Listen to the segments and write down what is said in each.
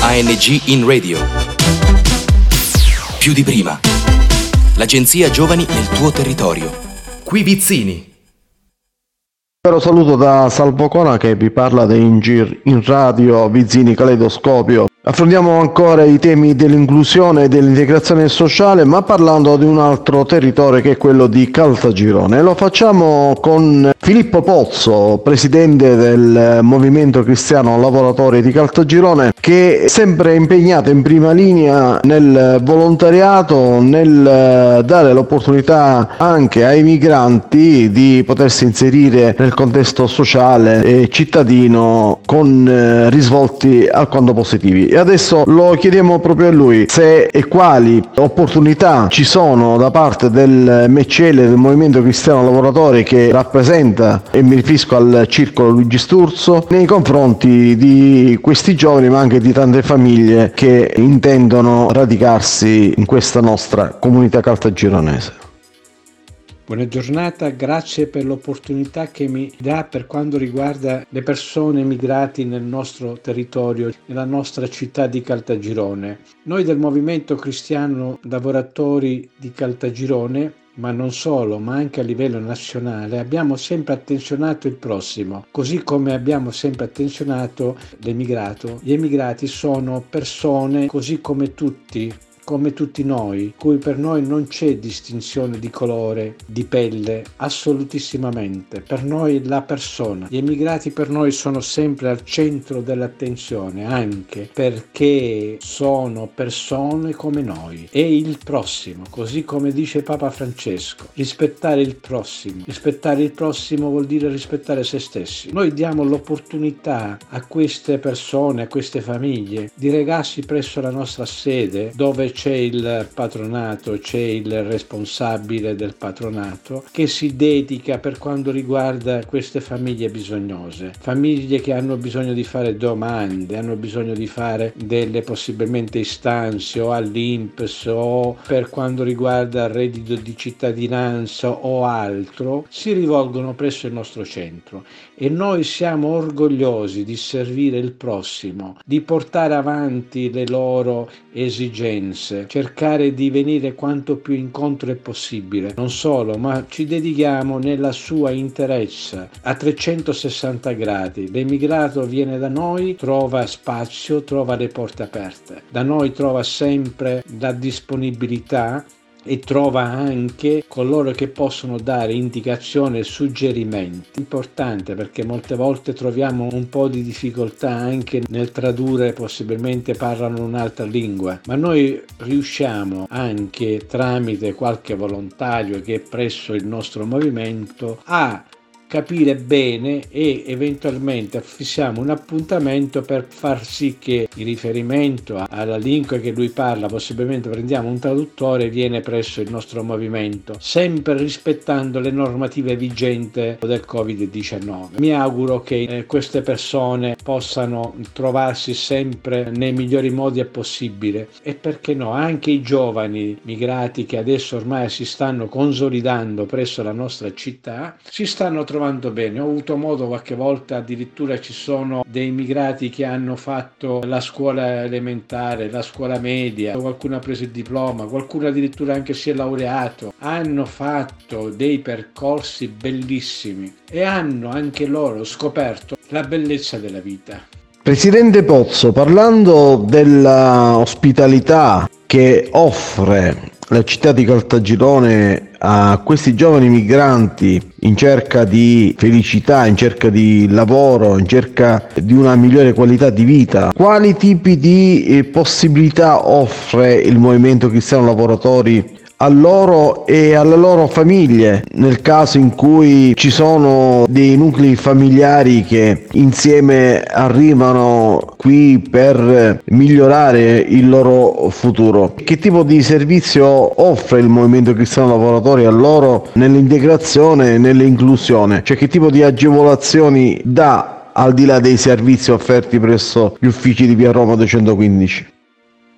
ANG in Radio. Più di prima. L'agenzia Giovani nel tuo territorio. Qui Vizzini. Un saluto da Salvo Cona che vi parla di in Radio Vizzini Caleidoscopio. Affrontiamo ancora i temi dell'inclusione e dell'integrazione sociale, ma parlando di un altro territorio che è quello di Caltagirone. Lo facciamo con Filippo Pozzo, presidente del Movimento Cristiano Lavoratori di Caltagirone, che è sempre impegnato in prima linea nel volontariato, nel dare l'opportunità anche ai migranti di potersi inserire nel contesto sociale e cittadino con risvolti alquanto positivi. E adesso lo chiediamo proprio a lui se e quali opportunità ci sono da parte del MCL, del Movimento Cristiano Lavoratori, che rappresenta, e mi riferisco al Circolo Luigi Sturzo, nei confronti di questi giovani ma anche di tante famiglie che intendono radicarsi in questa nostra comunità caltagironese. Buona giornata, grazie per l'opportunità che mi dà per quanto riguarda le persone migrati nel nostro territorio, nella nostra città di Caltagirone. Noi del Movimento Cristiano Lavoratori di Caltagirone, ma non solo, ma anche a livello nazionale, abbiamo sempre attenzionato il prossimo, così come abbiamo sempre attenzionato l'emigrato. Gli emigrati sono persone così come tutti noi, cui per noi non c'è distinzione di colore, di pelle, assolutissimamente. Per noi la persona, gli emigrati per noi sono sempre al centro dell'attenzione, anche perché sono persone come noi. E il prossimo, così come dice Papa Francesco, rispettare il prossimo vuol dire rispettare se stessi. Noi diamo l'opportunità a queste persone, a queste famiglie, di recarsi presso la nostra sede, dove c'è il patronato, c'è il responsabile del patronato che si dedica per quanto riguarda queste famiglie bisognose, famiglie che hanno bisogno di fare domande, hanno bisogno di fare delle possibilmente istanze o all'INPS o per quanto riguarda il reddito di cittadinanza o altro, si rivolgono presso il nostro centro e noi siamo orgogliosi di servire il prossimo, di portare avanti le loro esigenze, cercare di venire quanto più incontro è possibile. Non solo, ma ci dedichiamo nella sua interezza a 360 gradi. L'emigrato viene da noi, trova spazio, trova le porte aperte. Da noi trova sempre la disponibilità e trova anche coloro che possono dare indicazioni e suggerimenti. Importante, perché molte volte troviamo un po' di difficoltà anche nel tradurre, possibilmente parlano un'altra lingua, ma noi riusciamo anche tramite qualche volontario che è presso il nostro movimento a capire bene e eventualmente fissiamo un appuntamento per far sì che il riferimento alla lingua che lui parla, possibilmente prendiamo un traduttore, viene presso il nostro movimento, sempre rispettando le normative vigenti del Covid-19. Mi auguro che queste persone possano trovarsi sempre nei migliori modi possibile e perché no, anche i giovani migrati che adesso ormai si stanno consolidando presso la nostra città, si stanno trovando bene. Ho avuto modo qualche volta, addirittura ci sono dei immigrati che hanno fatto la scuola elementare, la scuola media, qualcuno ha preso il diploma, qualcuno addirittura anche si è laureato, hanno fatto dei percorsi bellissimi e hanno anche loro scoperto la bellezza della vita. Presidente Pozzo, parlando della ospitalità che offre la città di Caltagirone a questi giovani migranti in cerca di felicità, in cerca di lavoro, in cerca di una migliore qualità di vita, quali tipi di possibilità offre il Movimento Cristiano Lavoratori a loro e alle loro famiglie nel caso in cui ci sono dei nuclei familiari che insieme arrivano qui per migliorare il loro futuro? Che tipo di servizio offre il Movimento Cristiano Lavoratori a loro nell'integrazione e nell'inclusione? Cioè che tipo di agevolazioni dà al di là dei servizi offerti presso gli uffici di via Roma 215?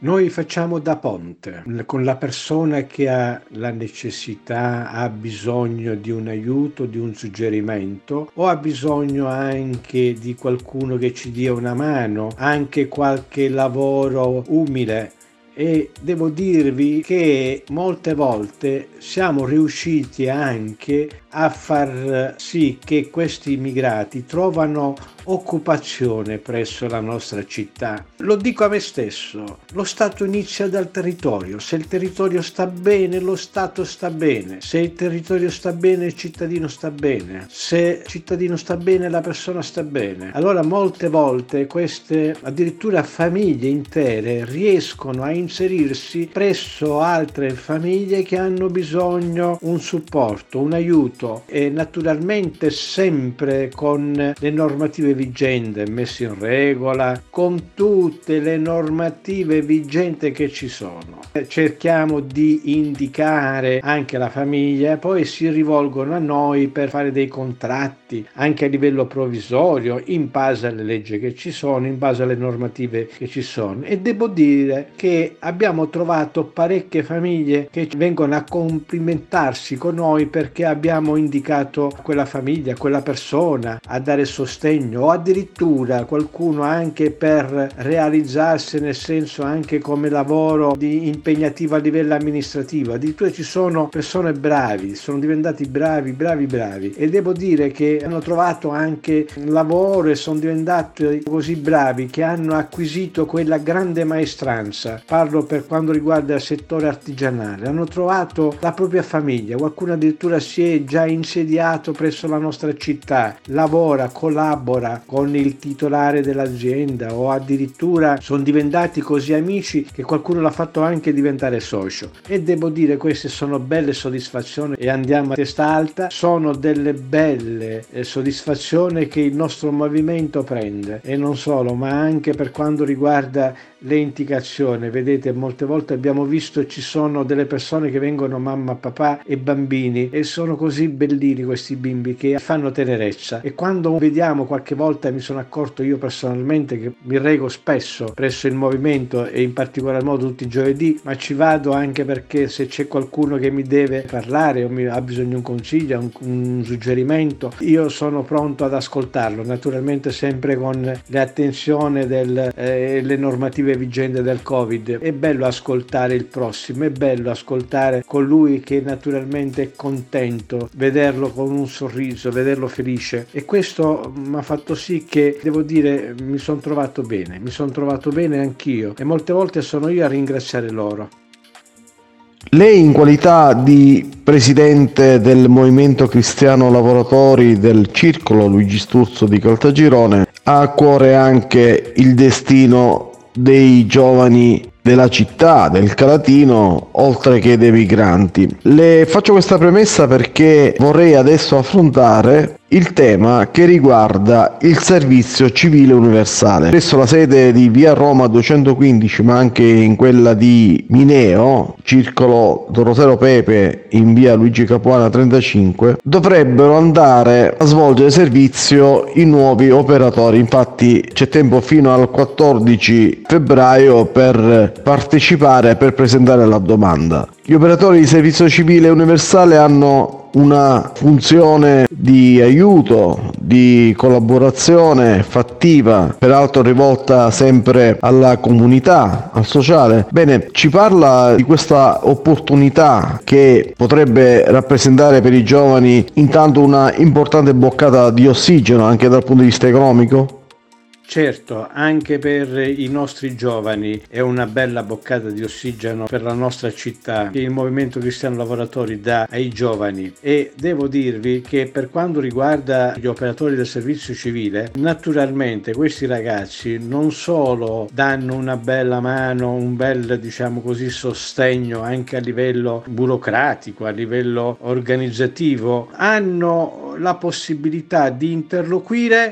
Noi facciamo da ponte con la persona che ha la necessità, ha bisogno di un aiuto, di un suggerimento, o ha bisogno anche di qualcuno che ci dia una mano, anche qualche lavoro umile. E devo dirvi che molte volte siamo riusciti anche a far sì che questi immigrati trovano occupazione presso la nostra città. Lo dico a me stesso, lo Stato inizia dal territorio, se il territorio sta bene, lo Stato sta bene, se il territorio sta bene, il cittadino sta bene, se il cittadino sta bene, la persona sta bene. Allora molte volte queste addirittura famiglie intere riescono a inserirsi presso altre famiglie che hanno bisogno un supporto, un aiuto, e naturalmente sempre con le normative vigenti messe in regola, con tutte le normative vigenti che ci sono. Cerchiamo di indicare anche la famiglia, poi si rivolgono a noi per fare dei contratti anche a livello provvisorio in base alle leggi che ci sono, in base alle normative che ci sono, e devo dire che abbiamo trovato parecchie famiglie che vengono a complimentarsi con noi perché abbiamo indicato quella famiglia, quella persona a dare sostegno, o addirittura qualcuno anche per realizzarsi, nel senso anche come lavoro impegnativo a livello amministrativo. Addirittura ci sono persone bravi, sono diventati bravi e devo dire che hanno trovato anche lavoro e sono diventati così bravi che hanno acquisito quella grande maestranza. Parlo per quanto riguarda il settore artigianale, hanno trovato la propria famiglia, qualcuno addirittura si è già insediato presso la nostra città, lavora, collabora con il titolare dell'azienda, o addirittura sono diventati così amici che qualcuno l'ha fatto anche diventare socio. E devo dire, queste sono belle soddisfazioni e andiamo a testa alta, sono delle belle soddisfazioni che il nostro movimento prende, e non solo, ma anche per quanto riguarda le indicazioni. Vedete, molte volte abbiamo visto, ci sono delle persone che vengono mamma, papà e bambini, e sono così bellini questi bimbi che fanno tenerezza, e quando vediamo, qualche volta mi sono accorto io personalmente che mi rego spesso presso il movimento, e in particolar modo tutti i giovedì, ma ci vado anche perché se c'è qualcuno che mi deve parlare o ha bisogno di un consiglio, un suggerimento, io sono pronto ad ascoltarlo, naturalmente sempre con l'attenzione le normative vigenti del Covid. È bello ascoltare il prossimo, è bello ascoltare colui che naturalmente è contento, vederlo con un sorriso, vederlo felice, e questo mi ha fatto sì che, devo dire, mi sono trovato bene anch'io, e molte volte sono io a ringraziare loro. Lei, in qualità di presidente del Movimento Cristiano Lavoratori del Circolo Luigi Sturzo di Caltagirone, ha a cuore anche il destino dei giovani della città, del Calatino, oltre che dei migranti. Le faccio questa premessa perché vorrei adesso affrontare il tema che riguarda il servizio civile universale. Presso la sede di via Roma 215, ma anche in quella di Mineo, circolo Dorotero Pepe in via Luigi Capuana 35, dovrebbero andare a svolgere servizio i nuovi operatori. Infatti c'è tempo fino al 14 febbraio per partecipare, per presentare la domanda. Gli operatori di servizio civile universale hanno una funzione di aiuto, di collaborazione fattiva, peraltro rivolta sempre alla comunità, al sociale. Bene, ci parla di questa opportunità che potrebbe rappresentare per i giovani intanto una importante boccata di ossigeno anche dal punto di vista economico? Certo, anche per i nostri giovani è una bella boccata di ossigeno per la nostra città che il Movimento Cristiano Lavoratori dà ai giovani, e devo dirvi che per quanto riguarda gli operatori del servizio civile, naturalmente questi ragazzi non solo danno una bella mano, un bel, diciamo così, sostegno anche a livello burocratico, a livello organizzativo, hanno la possibilità di interloquire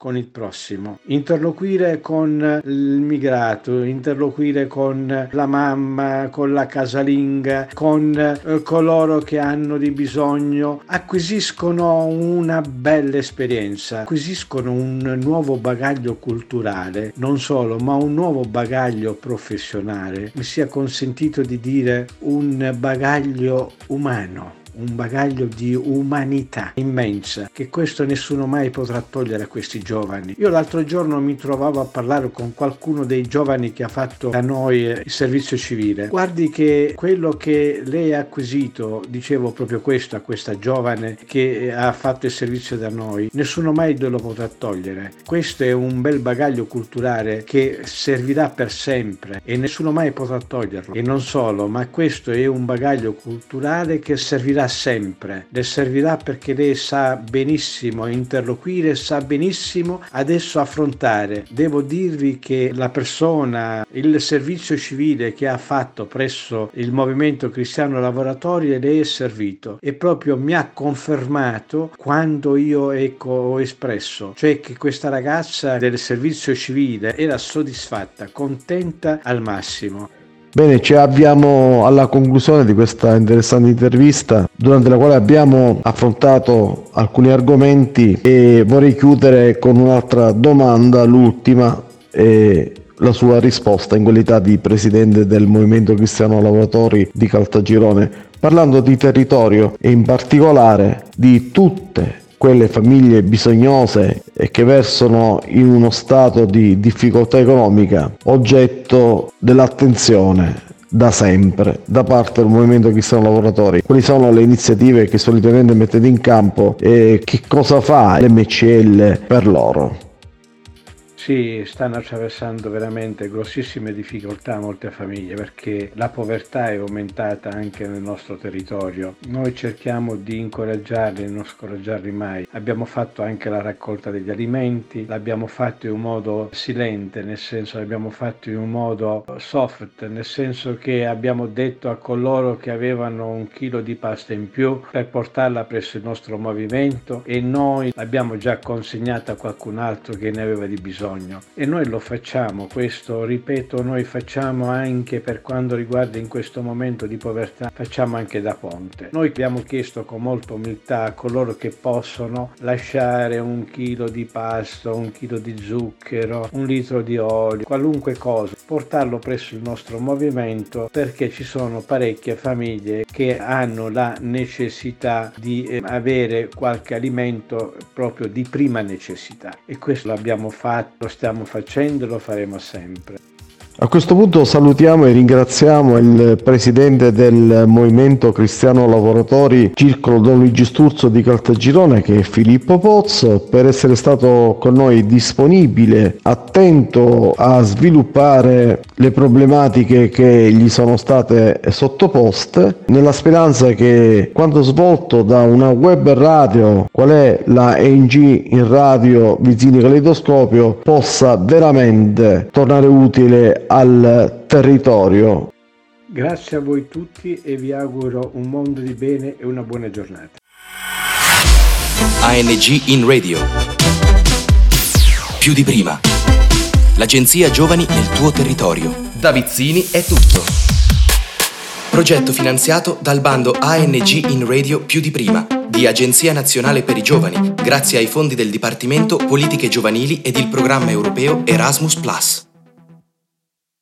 con il prossimo, interloquire con il migrato, interloquire con la mamma, con la casalinga, con coloro che hanno di bisogno, acquisiscono una bella esperienza, acquisiscono un nuovo bagaglio culturale, non solo, ma un nuovo bagaglio professionale, mi sia consentito di dire un bagaglio umano, un bagaglio di umanità immensa, che questo nessuno mai potrà togliere a questi giovani. Io l'altro giorno mi trovavo a parlare con qualcuno dei giovani che ha fatto da noi il servizio civile. Guardi che quello che lei ha acquisito, dicevo proprio questo a questa giovane che ha fatto il servizio da noi, nessuno mai lo potrà togliere. Questo è un bel bagaglio culturale che servirà per sempre e nessuno mai potrà toglierlo. E non solo, ma questo è un bagaglio culturale che servirà sempre, le servirà perché lei sa benissimo interloquire, sa benissimo adesso affrontare. Devo dirvi che la persona, il servizio civile che ha fatto presso il Movimento Cristiano Lavoratori le è servito e proprio mi ha confermato quando io ho espresso, cioè che questa ragazza del servizio civile era soddisfatta, contenta al massimo. Bene, ci avviamo alla conclusione di questa interessante intervista, durante la quale abbiamo affrontato alcuni argomenti, e vorrei chiudere con un'altra domanda, l'ultima, e la sua risposta in qualità di presidente del Movimento Cristiano Lavoratori di Caltagirone, parlando di territorio e in particolare di tutte quelle famiglie bisognose e che versano in uno stato di difficoltà economica, oggetto dell'attenzione da sempre da parte del Movimento Cristiano Lavoratori. Quali sono le iniziative che solitamente mettete in campo e che cosa fa l'MCL per loro? Sì, stanno attraversando veramente grossissime difficoltà molte famiglie perché la povertà è aumentata anche nel nostro territorio. Noi cerchiamo di incoraggiarli e non scoraggiarli mai. Abbiamo fatto anche la raccolta degli alimenti, l'abbiamo fatto in un modo silente, nel senso l'abbiamo fatto in un modo soft, nel senso che abbiamo detto a coloro che avevano 1 chilo di pasta in più per portarla presso il nostro movimento e noi l'abbiamo già consegnata a qualcun altro che ne aveva di bisogno. E noi lo facciamo, questo ripeto, noi facciamo anche per quanto riguarda in questo momento di povertà, facciamo anche da ponte. Noi abbiamo chiesto con molta umiltà a coloro che possono lasciare 1 chilo di pasta, 1 chilo di zucchero, 1 litro di olio, qualunque cosa, portarlo presso il nostro movimento perché ci sono parecchie famiglie che hanno la necessità di avere qualche alimento proprio di prima necessità e questo l'abbiamo fatto. Lo stiamo facendo e lo faremo sempre. A questo punto salutiamo e ringraziamo il presidente del Movimento Cristiano Lavoratori Circolo Don Luigi Sturzo di Caltagirone, che è Filippo Pozzo, per essere stato con noi disponibile, attento a sviluppare le problematiche che gli sono state sottoposte, nella speranza che quanto svolto da una web radio qual è la ENG in radio Vizzini Caleidoscopio possa veramente tornare utile al territorio. Grazie a voi tutti e vi auguro un mondo di bene e una buona giornata. ANG in radio. Più di prima. L'agenzia Giovani nel tuo territorio. Da Vizzini è tutto. Progetto finanziato dal bando ANG in radio più di prima di Agenzia Nazionale per i Giovani, grazie ai fondi del Dipartimento Politiche Giovanili ed il programma europeo Erasmus+.